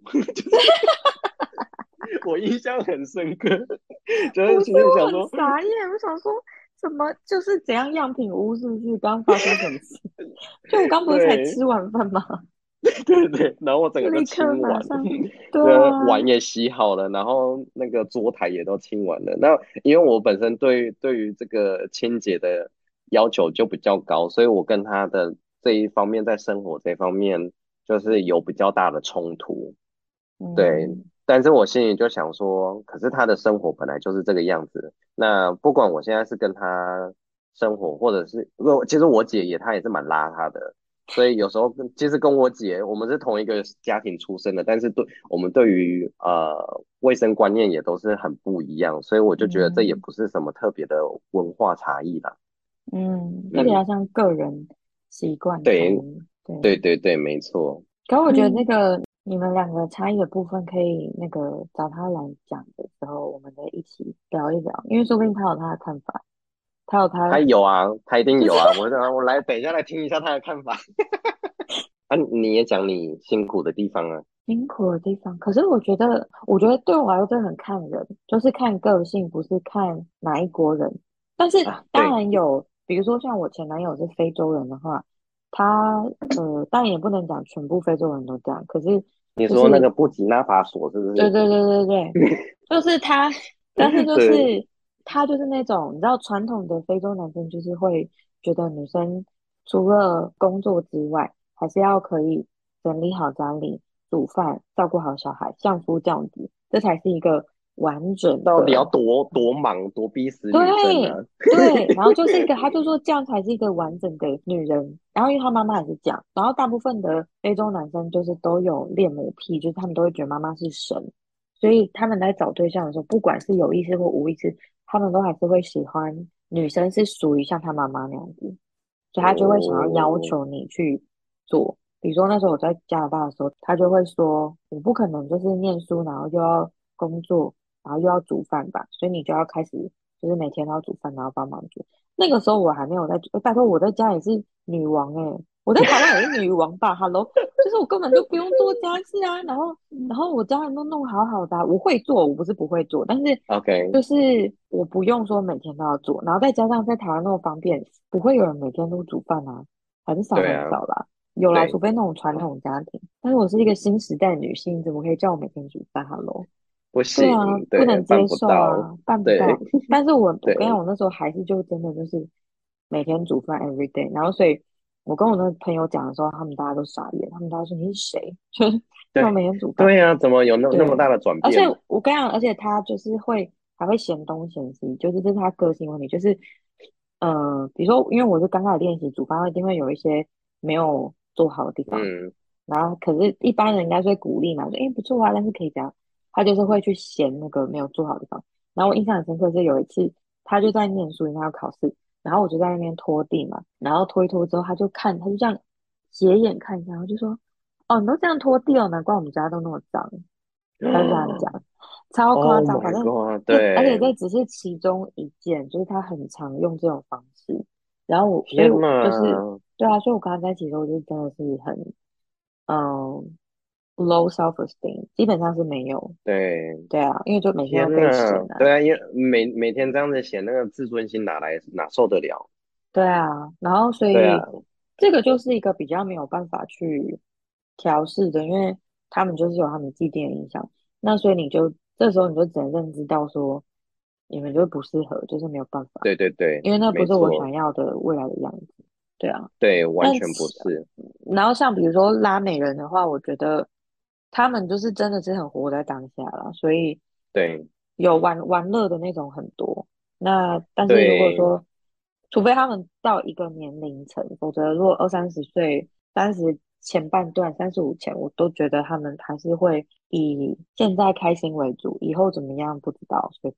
我印象很深刻，就是不是， 心里想我很说， 傻眼，我想说什么就是怎样样品屋是不是？刚刚发生什么事？就我刚不是才对， 吃完饭吗？ 对对，然后我整个就立刻清完， 马上，对啊， 碗也洗好了，然后那个桌台也都清完了。那因为我本身对于这个清洁的要求就比较高，所以我跟他的这一方面在生活这方面就是有比较大的冲突。对， 嗯但是我心里就想说，可是他的生活本来就是这个样子。那不管我现在是跟他生活，或者是，其实我姐她也是蛮邋遢的，所以有时候其实跟我姐我们是同一个家庭出身的，但是我们对于卫生观念也都是很不一样，所以我就觉得这也嗯不是什么特别的文化差异啦。 嗯，这比嗯， 较像个人习惯差对异，对。 对对对，没错。 可我觉得那嗯， 个你们两个差异的部分，可以那个找他来讲的时候，我们再一起聊一聊，因为说不定他有他的看法，他有他他有啊，他一定就是有啊。我来等一下来听一下他的看法。啊，你也讲你辛苦的地方啊。 辛苦的地方。可是我觉得对我来说，真的很看人，就是看个性，不是看哪一国人。但是啊， 当对， 然有，比如说像我前男友是非洲人的话，他当然也不能讲全部非洲人都这样，可是你就是说那个布吉纳法索是不是？ 对对对对对，就是他，但是就对， 是他就是那种你知道传统的非洲男生就是会觉得女生除了工作之外，还是要可以整理好家里、煮饭、照顾好小孩、相夫教子，这才是一个完整到底要的。 多忙，多逼死女生对啊？ 对，然后就是一个，他就说这样才是一个完整的女人。然后因为他妈妈也是这样，然后大部分的非洲男生就是都有恋母癖，就是他们都会觉得妈妈是神，所以他们在找对象的时候，不管是有意识或无意识，他们都还是会喜欢女生是属于像他妈妈那样子，所以他就会想要要哦， 求你去做。比如说那时候我在加拿大的时候，他就会说，我不可能就是念书，然后又要工作，然后又要煮饭吧，所以你就要开始就是每天都要煮饭，然后帮忙煮。那个时候我还没有在，拜托我在家也是女王我在台湾也是女王吧，Hello，就是我根本就不用做家事啊，然后我家人都弄好好的啊我会做，我不是不会做，但是 ，OK， 就是我不用说每天都要做，然后再加上在台湾那么方便，不会有人每天都煮饭啊，很少对啊， 很少啦。有啦，除对， 非那种传统家庭。但是我是一个新时代女性，怎么可以叫我每天煮饭？Hello， 不对啊， 行，对， 不能接办不到， 受啊，办不对到。但是我跟你讲， 对， 我那时候还是就真的就是每天煮饭 every day，然后所以我跟我那个朋友讲的时候，他们大家都傻眼，他们大家说你是谁？就是为什么对每天煮饭？ 对啊，怎么有那么对， 大的转而且变？ 我跟你讲，而且他就是还会嫌东嫌西，就是这是他个性问题，就是比如说，因为我是刚开始练习煮饭，一定会有一些没有做好的地方， 嗯， 然后可是一般人应该是会鼓励嘛，说不错啊，但是可以这样，他就是会去嫌那个没有做好的地方。然后我印象很深刻是有一次，他就在念书，因为他要考试，然后我就在那边拖地嘛，然后拖一拖之后，他就这样斜眼看一下，然后就说：“哦，你都这样拖地哦，难怪我们家都那么脏。”他就这样讲，超夸 ，Oh 张。反 my 正 God， 而且对， 这只是其中一件，就是他很常用这种方式。然后所以天就是呐， 对啊，所以我跟他在一起的时候，就真的是很嗯 low self esteem，基本上是没有。 对， 对啊，因为就每天都被嫌天呐， 啊。 对啊，因为每天这样子写，那个自尊心哪受得了？ 对啊，然后所对啊， 以这个就是一个比较没有办法去调试的，因为他们就是有他们既定的影响。那所以这时候你就只能认知到说，你们就不适合，就是没有办法， 对对对， 因为那不是我没错， 想要的未来的样子。对啊， 对，完全不但其是， 然后像比如说拉美人的话，我觉得他们就是真的是很活在当下了，所以对有玩乐的那种很多。那但是如果对说，除非他们到一个年龄层，否则如果二三十岁、30前半段、35前，我都觉得他们还是会以现在开心为主，以后怎么样不知道，随便。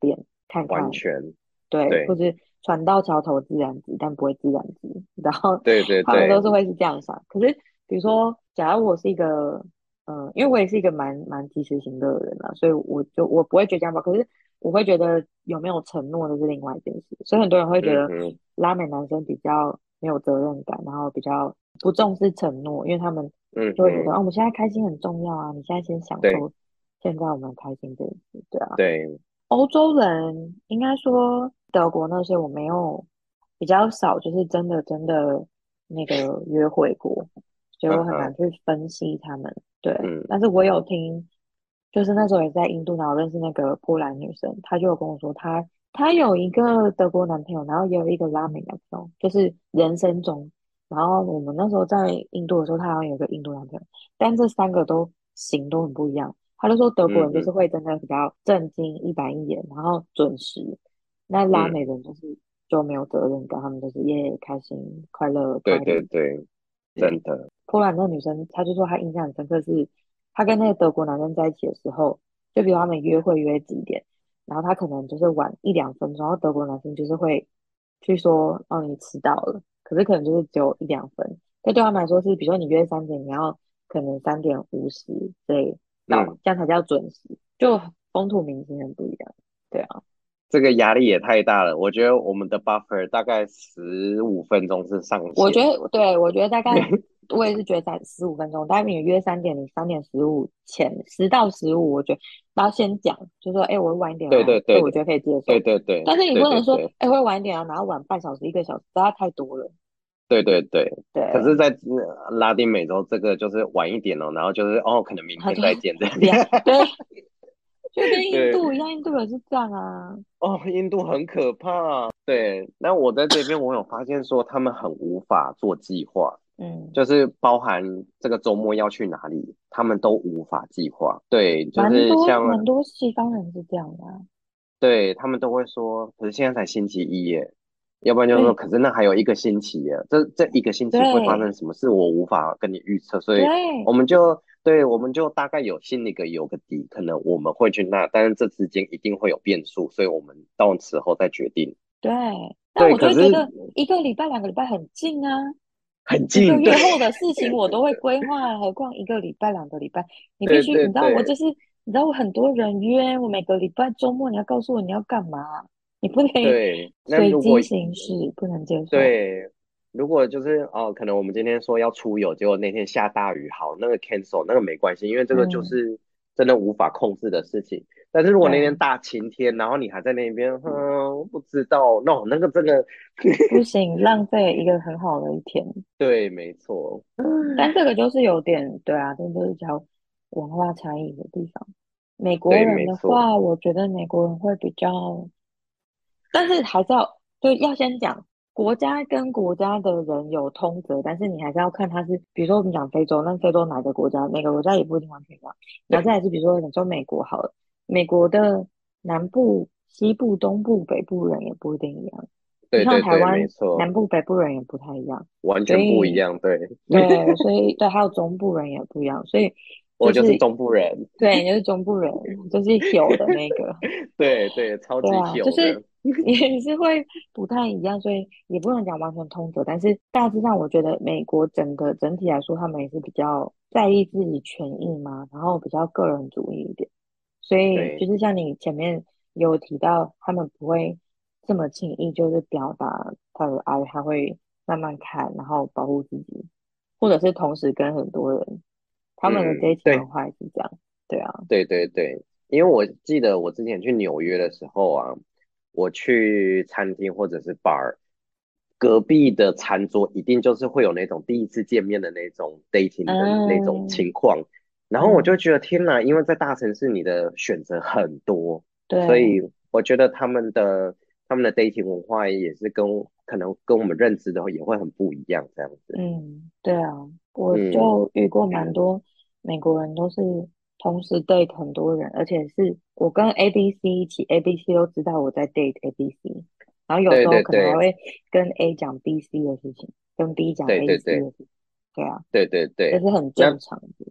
看看， 完全对，或对者船到桥头自然直，但不会自然直，然后对对他们都对， 是会是这样想。可是比如说，假如我是一个，因为我也是一个蛮及时行乐的人啊，所以我不会倔强吧。可是我会觉得有没有承诺的是另外一件事，所以很多人会觉得嗯哼， 拉美男生比较没有责任感，然后比较不重视承诺，因为他们就会觉得， 嗯哼， 哦，我们现在开心很重要啊，你现在先享对受现在我们开心这件事，对啊。 对， 欧洲人应该说德国那些我没有比较少，就是真的那个约会过，所以我很难嗯哼， 去分析他们。对， 嗯但是我有听，就是那时候也在印度，然后认识那个波兰女生，她就有跟我说她有一个德国男朋友，然后也有一个拉美男朋友，就是人生中。然后我们那时候在印度的时候，她好像有一个印度男朋友，但这三个都型都很不一样。他就说德国人就是嗯哼， 会真的比较正经、一板一眼，然后准时。那拉美嗯， 人就是就没有责任感，他们就是耶开心、快乐、 对对 party。 对，真对， 的， 波兰那个女生，她就说她印象很深刻是，她跟那个德国男生在一起的时候，就比如他们约会约几点，然后她可能就是晚一两分钟，然后德国男生就是会去说哦你迟到了，可是可能就是只有一两分，但对他们来说是，比如说你约3点，你要可能3点50对到， 嗯。 这样才叫准时，就风土民情很不一样。对啊， 这个压力也太大了。我觉得我们的 buffer 大概15分钟是上限。 我觉得对，我觉得大概我也是觉得在15分钟，大概你约3点，你3点15前10到15，我觉得要先讲，就说哎，我会晚一点对哦， 对对对这我觉得可以接受。 对对对但是你对不能说对对哎会晚一点啊，然后晚半小时1个小时，这样太多了。 对对对。可是， 对， 在拉丁美洲，这个就是晚一点哦，然后就是哦，可能明他就天再见这样。 对，就跟印对， 度一样，印度也是这样啊。 哦，印度很可怕。对，那我在这边我有发现说，他们很无法做计划， 嗯， 就是包含这个周末要去哪里，他们都无法计划。对，就蛮是像多蛮多西方人是这样的啊。 对，他们都会说，可是现在才星期一耶，要不然就是说， 对可是那还有一个星期耶，这一个星期会发生对什么事，我无法跟你预测，所以对我们就大概心里有个底，可能我们会去那，但是这之间一定会有变数，所以我们到时候再决定。 对，但对， 我就可是会觉得1个礼拜、2个礼拜很近啊。一个很近，对月后的事情我都会规划了，何况1个礼拜、2个礼拜？你必对须，你对对知道我就是，你知道我很多人约我每个礼拜周末，你要告诉我你要干嘛，你不可以对，那如果随机行事，不能接受。 对，如果就是哦，可能我们今天说要出游，结果那天下大雨，好，那个 cancel 那个没关系，因为这个就嗯， 是真的无法控制的事情。但是如果那天对， 大晴天，然后你还在那边，我不知道，no，那个真的， 不行，浪费一个很好的一天。 对，没错， 但这个就是有点，对啊，这就是叫文化差异的地方。美国对， 人没错， 的话，我觉得美国人会比较，但是还是要先讲国家跟国家的人有通则，但是你还是要看他是，比如说我们讲非洲，那非洲哪个国家，每个国家也不一定完全一样。然后再对来是比如说你说美国好了，美国的南部、西部、东部、北部人也不一定一样，就像对对对，没台湾错， 南部、北部人也不太一样， 完全不一所以样，对， 对，所以对，还有中部人也不一样，所以我就是就是中部人， 对，你就是中部人，就是有的那个。 对对，超级对啊，就 h 是的， 也是会不太一样，所以也不能讲完全通则。但是大致上，我觉得美国整体来说，他们也是比较在意自己权益嘛，然后比较个人主义一点。所以就对， 是像你前面有提到，他们不会这么轻易就是表达他的爱，他会慢慢看，然后保护自己，或者是同时跟很多人，他们的嗯， dating 文对。 化也是这样。对啊， 对对对，因为我记得我之前去纽约的时候啊，我去餐厅或者是 bar，隔壁的餐桌一定就是会有那种第一次见面的那种 dating 的那种嗯情况，然后我就嗯， 觉得天哪，因为在大城市你的选择很多，所以对。 我觉得他们的 dating 文化也是可能跟我们认知的也会很不一样这样子。 嗯，对啊，我嗯， 就遇过蛮多美国人，都是同时 date 很多人，而且是我跟 A、B、C 一起，A、B、C 都知道我在 date A、B、C，然后有时对候对对可能还会跟 A 讲 B、C 的事情，跟 B 讲对 A、 对 C 对的事情，对啊， 对对对， 这是很那正常的。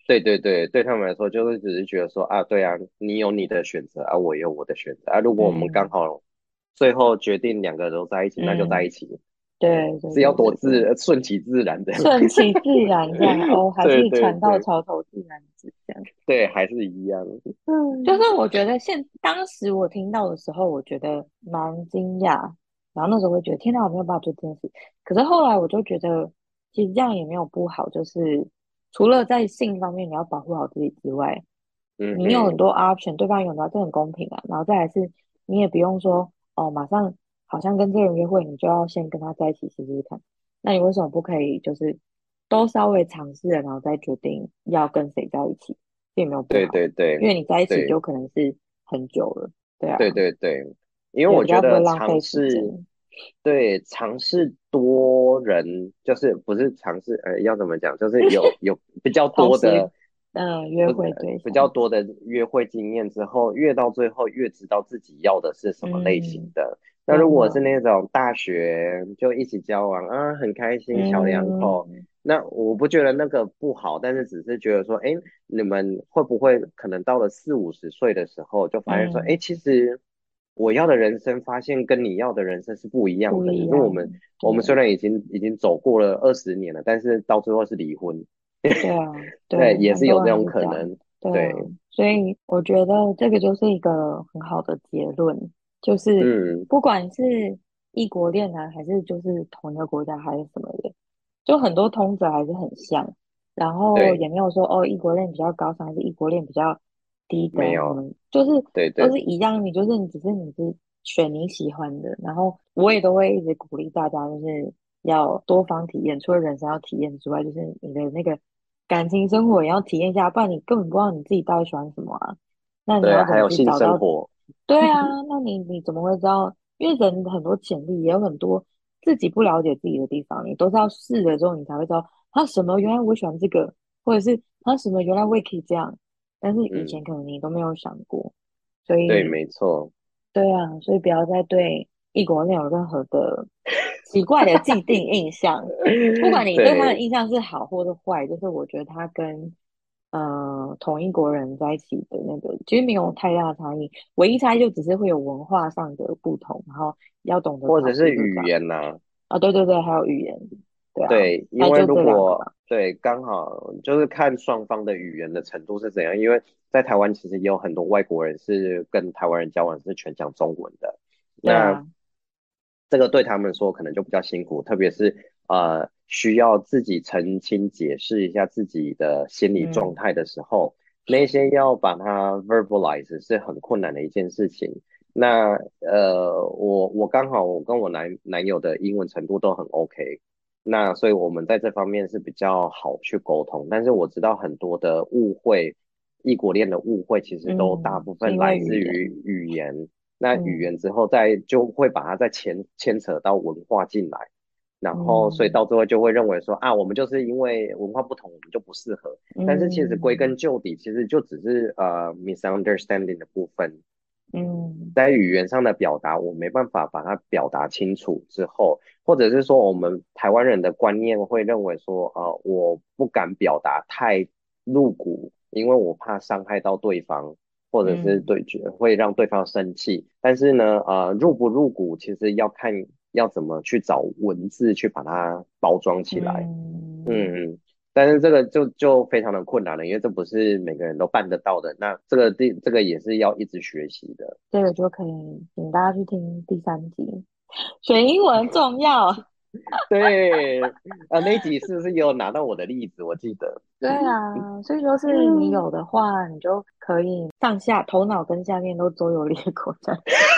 对对对，对他们来说就是只是觉得说啊，对啊，你有你的选择啊，我也有我的选择啊。如果我们刚嗯好最后决定两个人都在一起，那就在一嗯， 起， 对对是要多对对对， 顺其自然的。 顺其自然这样哦，还对是船到对对桥头自然直这样。 对，还是一样。 就是嗯， 我觉得当时我听到的时候，我觉得蛮惊讶，然后那时候会觉得天哪，我没有办法做这件事。可是后来我就觉得，其实这样也没有不好，就是除了在性方面你要保护好自己之外， 嗯哼， 你有很多 option，对方有很多，这很公平啊。然后再来是，你也不用说哦，马上好像跟这个人约会，你就要先跟他在一起试试看。那你为什么不可以就是都稍微尝试了，然后再决定要跟谁在一起，并没有不对好， 对对因为你在一起对就可能是很久了，对啊， 对对对，因为对， 我觉比较不会得尝浪费时试， 间。 对，尝试多人就是不是尝试，要怎么讲，就是有比较同时， 多的， 约不会对象， 比较多的约会经验之后，越到最后越知道自己要的是什么类型嗯， 的。那如真的， 果是那种大学就一起交往啊，很开心，小两口， 嗯那我不觉得那个不好，但是只是觉得说，哎，你们会不会可能到了40、50岁的时候，就发现说，哎， 嗯， 其实我要的人生，发现跟你要的人生是不一样不的。只一样， 是我们虽对。 然已经走过了20年了，但是到最后是离婚， 对啊，对， 对，也很多是有这种人是这样。 可能。 对啊， 对， 所以我觉得这个就是一个很好的结论，就是嗯， 不管是异国恋啊，还是就是同一个国家还是什么的，就很多通则还是很像。然后对， 也没有说哦，异国恋比较高尚，还是异国恋比较低等，什么没有， 就是都对对是一样。你只是选你喜欢的，然后我也都会一直鼓励大家，就是要多方体验。除了人生要体验之外，就是你的那个感情生活也要体验一下，不然你根本不知道你自己到底喜欢什么啊。那你对， 要怎么去还有性找到？ 生活， 对啊，那你怎么会知道？因为人很多潜力，也有很多自己不了解自己的地方，你都是要试了之后，你才会知道他什么原来我喜欢这个，或者是他什么原来我也可以这样，但是以前嗯， 可能你都没有想过，所对， 以没错， 对啊，所以不要再对异国恋有任何的奇怪的既定印象，不管你对他的对， 印象是好或是坏，就是我觉得他跟同一国人在一起的那个其实没有太大的差异，唯一差异就只是会有文化上的不同，然后要懂得或者调是语试这个言呐、 啊，对对对，还有语言，对啊， 对，因为如那就这两个果吧， 对刚好就是看双方的语言的程度是怎样，因为在台湾其实也有很多外国人是跟台湾人交往是全讲中文的，那对啊， 这个对他们说可能就比较辛苦，特别是需要自己澄清解释一下自己的心理状嗯态的时候，那些要把它 verbalize 是很困难的一件事情。那我刚好我跟我男友的英文程度都很 OK，那所以我们在这方面是比较好去沟通。但是我知道很多的误会，异国恋的误会其实都大嗯， 部是因分来自为语言， 于语言。那语嗯言之后再就会把它再牵扯到文化进来，然后所以嗯到最后就会认为说啊，我们就是因为文化不同，我们就不适合。但是其实归嗯根究底，其实就只是misunderstanding 的部分。 嗯在语言上的表达，我没办法把它表达清楚之后，或者是说我们台湾人的观念会认为说，我不敢表达太露骨，因为我怕伤害到对方，或者是嗯会让对方生气。但是呢，入不入骨，其实要看要怎么去找文字去把它包装起来。 嗯。 嗯，但是这个就非常的困难了，因为这不是每个人都办得到的。那这个也是要一直学习的。 这个就可以请大家去听第3集，学英文重要。 对，那一集是不是也有拿到我的例子？我记得。 对啊，所以说是你嗯， 有的话，你就可以上下头脑跟下面都周游列国这样。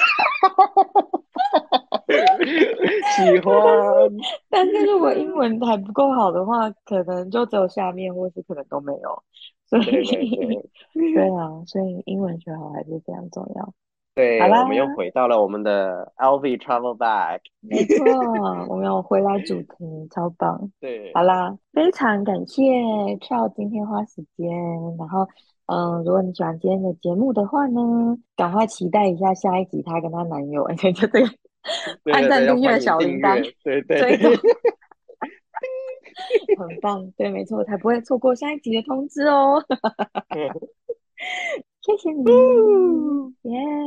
喜欢。 但是如果英文还不够好的话，可能就只有下面，或是可能都没有。所对对以， 对对啊，所以英文学好还是非常重要。好对， 啦， 我们又回到了我们的 LV Travel Bag。 没错，我们有回来主题，超棒。好对啦，非常感谢 Chow 今天花时间，然后，如果你喜欢今天的节目的话呢，赶快期待一下下一集她跟她男友，而且就这个对对对，要按赞、订阅、 欢迎小铃铛、 订阅。对对追踪。 对。 很棒，对，没错，才不会错过下一集的通知哦。谢谢你，耶！